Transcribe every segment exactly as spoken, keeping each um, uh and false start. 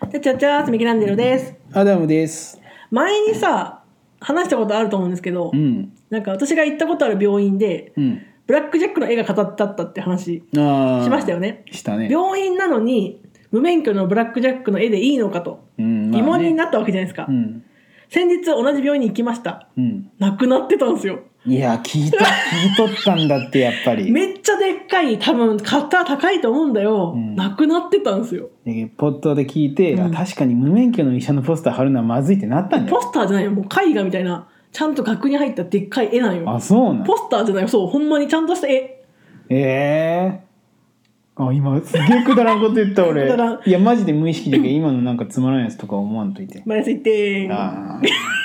ちゃちゃちゃーすミキランジェロです。 アダムです。 前にさ話したことあると思うんですけど、うん、なんか私が行ったことある病院で、うん、ブラックジャックの絵が飾ってあったって話しましたよね。 したね。 病院なのに無免許のブラックジャックの絵でいいのかと、うんまあね、疑問になったわけじゃないですか、うん、先日同じ病院に行きました、うん、亡くなってたんですよ。 いや聞いと聞いとったんだってやっぱりめっちゃでっかい、多分型高いと思うんだよ、うん、亡くなってたんですよ。 でポットで聞いて、うん、確かに無免許の医者のポスター貼るのはまずいってなったんだよ。 ポスターじゃないよ、もう絵画みたいなちゃんと額に入ったでっかい絵なんよ。 あ、そうなん。 ポスターじゃないよ、そうほんまにちゃんとした絵。 えー、あ今すげえくだらんこと言った俺いやマジで無意識だけど今のなんかつまらんやつとか思わんといてマイナスいってん。あ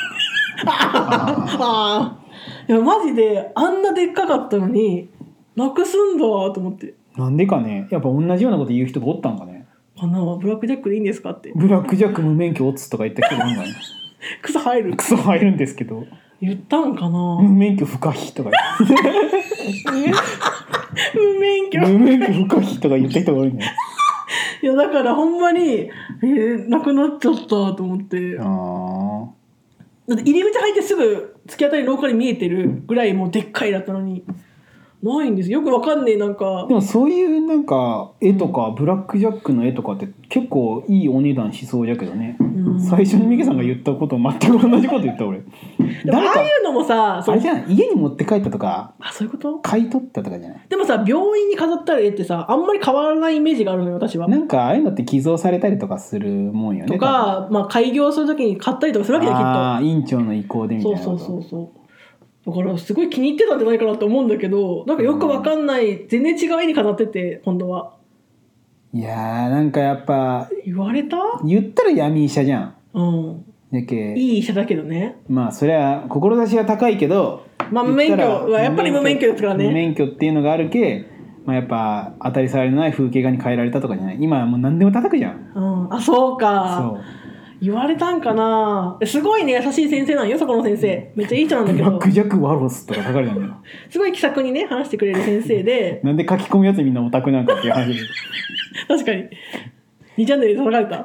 あいやマジであんなでっかかったのになくすんだと思って。 なんでかね、やっぱ同じようなこと言う人がおったんかね。 かな、ブラックジャックでいいんですかって。 ブラックジャック無免許オツとか言った人がいるんだねクソ入るクソ入るんですけど言ったんかな。 無免許不可避とか言って無免許無免許不可避とか言った人が多いねいやだからほんまにえー、なくなっちゃったと思って。あだって入り口入ってすぐ突き当たり廊下に見えてるぐらいもうでっかいだったのにないんですよ。くわかんねえ。なんかでもそういうなんか絵とか、うん、ブラックジャックの絵とかって結構いいお値段しそうじゃけどね、うん、最初にミケさんが言ったこと全く同じこと言った俺でもああいうのもさあれじゃん、家に持って帰ったとか、 あそういうこと買い取ったとかじゃない。 でもさ病院に飾った絵ってさあんまり変わらないイメージがあるのよ私は。 なんかああいうのって寄贈されたりとかするもんよね。 とか、まあ、開業するときに買ったりとかするわけだきっと。 ああ院長の意向でみたいな。 そうそうそうそうだからすごい気に入ってたんじゃないかなと思うんだけど、なんかよくわかんない、うん、全然違う絵に飾ってて今度は。 いやーなんかやっぱ言われた言ったら闇医者じゃん。 うんだけいい医者だけどね。 まあそれは志は高いけど、 まあ無免許はやっぱり無免許ですからね。 無免許っていうのがあるけ、まあ、やっぱ当たり障りのない風景画に変えられたとかじゃない。今はもう何でも叩くじゃん、 うん、あそうかそう言われたんかな。すごいね優しい先生なんよそこの先生。めっちゃいい人なんだけどブラックジャックワロスとか書かれたんだよすごい気さくにね話してくれる先生でなんで書き込むやつみんなオタクなんかっていう話確かににチャンネルで叩かれた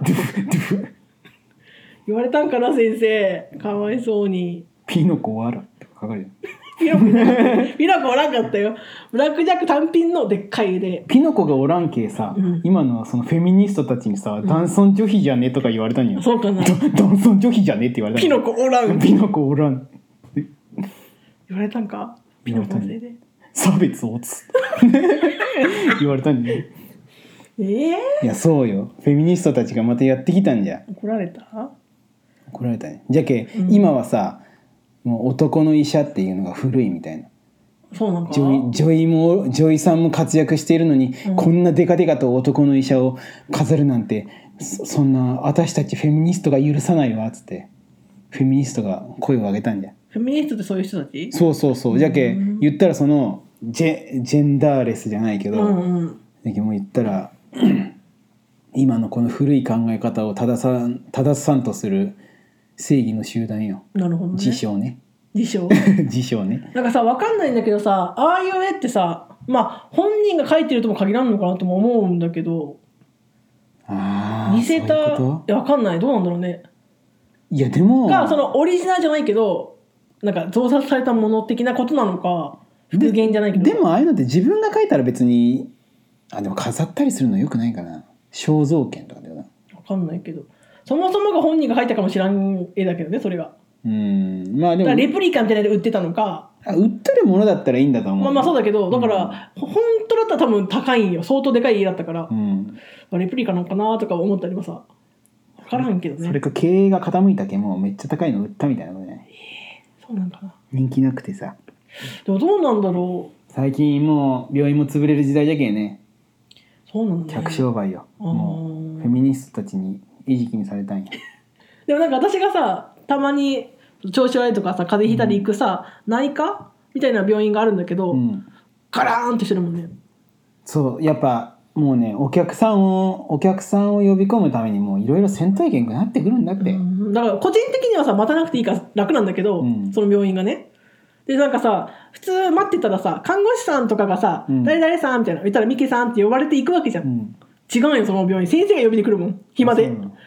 言われたんかな先生かわいそうに。 ピノコワラとか書かれてるピノコピノコおらんかったよ。ブラックジャック単品のでっかい絵でピノコがおらんけさ、うん、今のそのフェミニストたちにさ、うん、男尊女卑じゃねとか言われたんや。 そうかな男尊女卑じゃねって言われたんや。 ピノコおらんピノコおらん言われたんか。ピノコのせいで差別をつ言われたんじゃねえー、 いやそうよ、フェミニストたちがまたやってきたんじゃ。 怒られた怒られたね。じゃけ、うん、今はさもう男の医者っていうのが古いみたいな。 そうなんか女医、女医も女医さんも活躍しているのに、うん、こんなデカデカと男の医者を飾るなんて そ, そんな私たちフェミニストが許さないわっつってフェミニストが声を上げたんじゃ。 フェミニストってそういう人たち。 そうそうそう。じゃけ言ったらそのジ ェ, ジェンダーレスじゃないけど、うんうん、じゃけもう言ったら今のこの古い考え方を正さ正さんとする正義の集団よ。 なるほどね。 自称ね。 自称自称ね。 なんかさ分かんないんだけどさああいう絵ってさまあ本人が描いてるとも限らんのかなとも思うんだけどあ似せた。 そういうこと。 いや分かんないどうなんだろうね。 いやでもがそのオリジナルじゃないけどなんか増刷されたもの的なことなのか復元じゃないけど。 で, でもああいうのって自分が描いたら別にあでも飾ったりするのよくないかな。肖像権とかだよな。 分かんないけどそもそもが本人が描いたかもしれん絵だけどねそれが。 うんまあでもだからレプリカみたいなので売ってたのか。 あ売ってるものだったらいいんだと思う。 まあまあそうだけどだから、うん、本当だったら多分高いんよ。相当でかい家だったから、うんまあ、レプリカなんかなとか思ったりもさ分からんけどね。 それか経営が傾いたけもめっちゃ高いの売ったみたいなのね。 えー、そうなんかな。 人気なくてさ。 でもどうなんだろう最近もう病院も潰れる時代じゃけね。 そうなんだね。 客商売よ。もうフェミニストたちに餌食にされたんやでもなんか私がさたまに調子悪いとかさ風邪ひいたり行くさ、うん、内科みたいな病院があるんだけど、うん、ガラーンってしてるもんね。 そうやっぱもうねお客さんをお客さんを呼び込むためにもういろいろ戦闘員がなってくるんだって、うん、 だから個人的にはさ待たなくていいから楽なんだけど、うん、その病院がね。でなんかさ普通待ってたらさ看護師さんとかがさ、うん、誰々さんみたいな言ったらミケさんって呼ばれていくわけじゃん、うん、違うよその病院先生が呼びに来るもん暇で。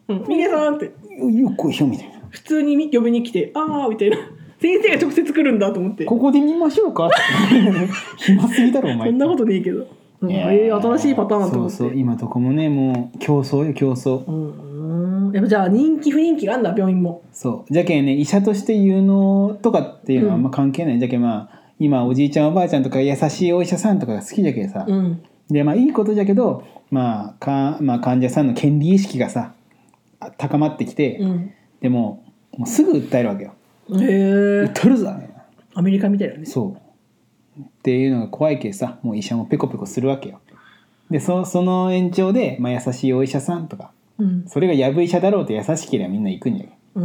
うん、ミゲさんってよっこいしょみたいな普通に呼びに来てああみたいな先生が直接来るんだと思ってここで見ましょうか暇すぎだろお前そんなことねえけど、うん、えー、新しいパターンと思ってそうそう今どこもねもう競争よ競争、 うん、やっぱじゃあ人気不人気があるんだ病院もそうじゃけんね医者として有能とかっていうのはあんま関係ない、うん、じゃけんまあ今おじいちゃんおばあちゃんとか優しいお医者さんとかが好きじゃけんさ、うん、でまあいいことじゃけど、まあかまあ、患者さんの権利意識がさ高まってきて、うん、でももうすぐ訴えるわけよ。へえ。訴えるぞアメリカみたいなね。 そうっていうのが怖いけどさもう医者もペコペコするわけよ。で そ, その延長で、まあ、優しいお医者さんとか、うん、それがやぶ医者だろうと優しければみんな行くんじゃけ、うん、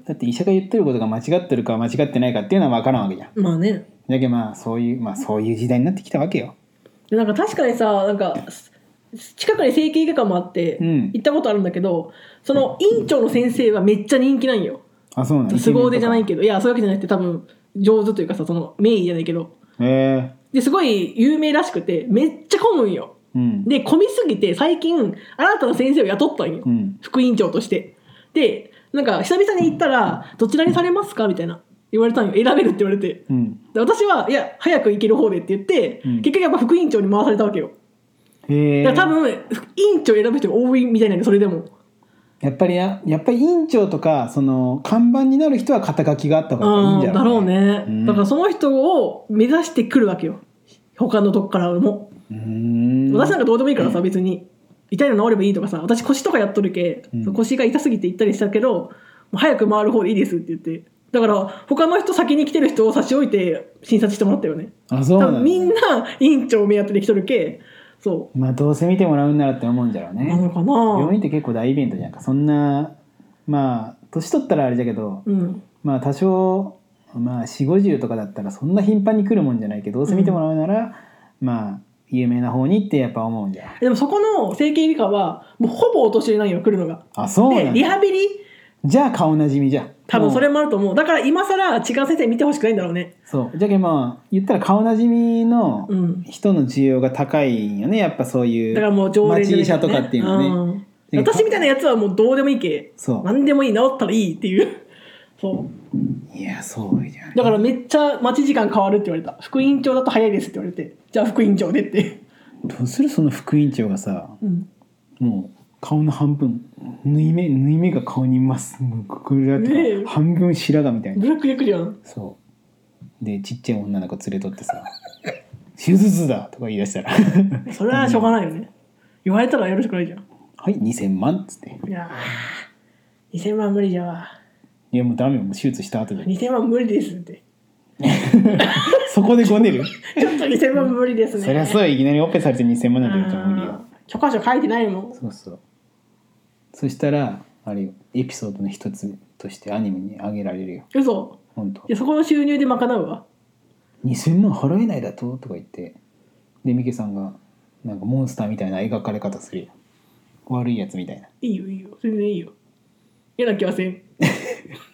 だって医者が言ってることが間違ってるか間違ってないかっていうのは分からんわけじゃん。まあね。だけどまあそういうまあそういう時代になってきたわけよ。 なんか確かにさなんか近くに整形外科もあって、うん、行ったことあるんだけどその院長の先生はめっちゃ人気なんよ。あそうなん。凄腕じゃないけどいやそういうわけじゃなくて多分上手というかさその名医じゃないけど、えー、ですごい有名らしくてめっちゃ混むんよ、うん、で混みすぎて最近新たな先生を雇ったんよ、うん、副院長として。でなんか久々に行ったらどちらにされますかみたいな言われたんよ。選べるって言われて、うん、で私はいや早く行ける方でって言って、うん、結局やっぱ副院長に回されたわけよ。へだから多分院長選ぶ人が多いみたいなんでそれでもやっぱりややっぱり院長とかその看板になる人は肩書きがあった方がいいんじゃない、ね、だろうね、うん、だからその人を目指してくるわけよ他のとこからも。うーん私なんかどうでもいいからさ別に痛いの治ればいいとかさ私腰とかやっとるけ、うん、腰が痛すぎて行ったりしたけどもう早く回る方でいいですって言ってだから他の人先に来てる人を差し置いて診察してもらったよね。あそうなんだ。多分みんな院長目当てで来とるけそうまあどうせ見てもらうんならって思うんじゃろうね。なのかな。病院って結構大イベントじゃんか。そんなまあ年取ったらあれだけど、うん、まあ多少まあ よんじゅうごじゅうとかだったらそんな頻繁に来るもんじゃないけどどうせ見てもらうなら、うん、まあ有名な方にってやっぱ思うんじゃん。でもそこの整形外科はもうほぼお年寄りなんよ来るのが。あそうなんだ。でリハビリじゃあ顔なじみじゃん。多分それもあると思う。だから今更違う先生見てほしくないんだろうね。そうじゃけまあ言ったら顔なじみの人の需要が高いよねやっぱそういう。だからもう常連医者とかっていうのはね、うん、私みたいなやつはもうどうでもいいけそう何でもいい治ったらいいっていうそういやそうじゃん。だからめっちゃ待ち時間変わるって言われた。副院長だと早いですって言われてじゃあ副院長でってどうするその副院長がさ、うん、もう顔の半分縫い目縫い目が顔にいますこれだと、ね、半分白髪みたいなブラック役じゃん。そうでちっちゃい女の子連れとってさ手術だとか言い出したらそれはしょうがないよね言われたらよろしくないじゃん。はいにせんまんっつっていやにせんまん無理じゃわ。いやもうダメよもう手術した後でにせんまん無理ですってそこでごねるちょっとにせんまん無理ですね。そりゃそういきなりオペされてにせんまんなんて言うと無理よ。許可書書いてないもん。そうそうそしたらあれよエピソードの一つとしてアニメにあげられるよ。嘘。本当。いやそこの収入で賄うわ。にせんまん払えないだととか言ってでミケさんがなんかモンスターみたいな描かれ方するよ悪いやつみたいな。いいよいいよ全然いいよ嫌な気はせん